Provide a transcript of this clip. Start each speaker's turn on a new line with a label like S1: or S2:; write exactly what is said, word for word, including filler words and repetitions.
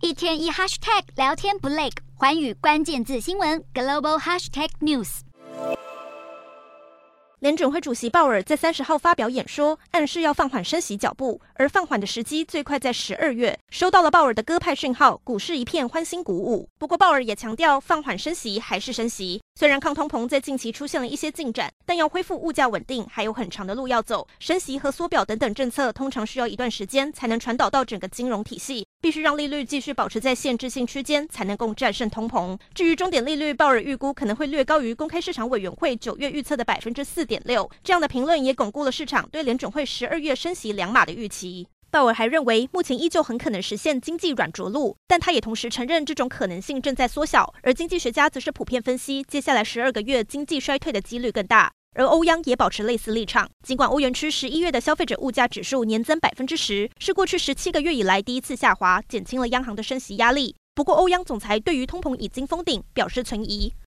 S1: 一天一 hashtag 聊天不累，寰宇关键字新闻 global hashtag news。
S2: 联准会主席鲍尔在三十号发表演说，暗示要放缓升息脚步，而放缓的时机最快在十二月。收到了鲍尔的鸽派讯号，股市一片欢欣鼓舞。不过鲍尔也强调，放缓升息还是升息。虽然抗通膨在近期出现了一些进展，但要恢复物价稳定还有很长的路要走。升息和缩表等等政策通常需要一段时间才能传导到整个金融体系，必须让利率继续保持在限制性区间，才能够战胜通膨。至于终点利率，鲍尔预估可能会略高于公开市场委员会九月预测的百分之四点六。这样的评论也巩固了市场对联准会十二月升息两码的预期。鲍尔还认为，目前依旧很可能实现经济软着陆，但他也同时承认这种可能性正在缩小。而经济学家则是普遍分析，接下来十二个月经济衰退的几率更大。而欧央也保持类似立场，尽管欧元区十一月的消费者物价指数年增百分之十，是过去十七个月以来第一次下滑，减轻了央行的升息压力。不过，欧央总裁对于通膨已经封顶表示存疑。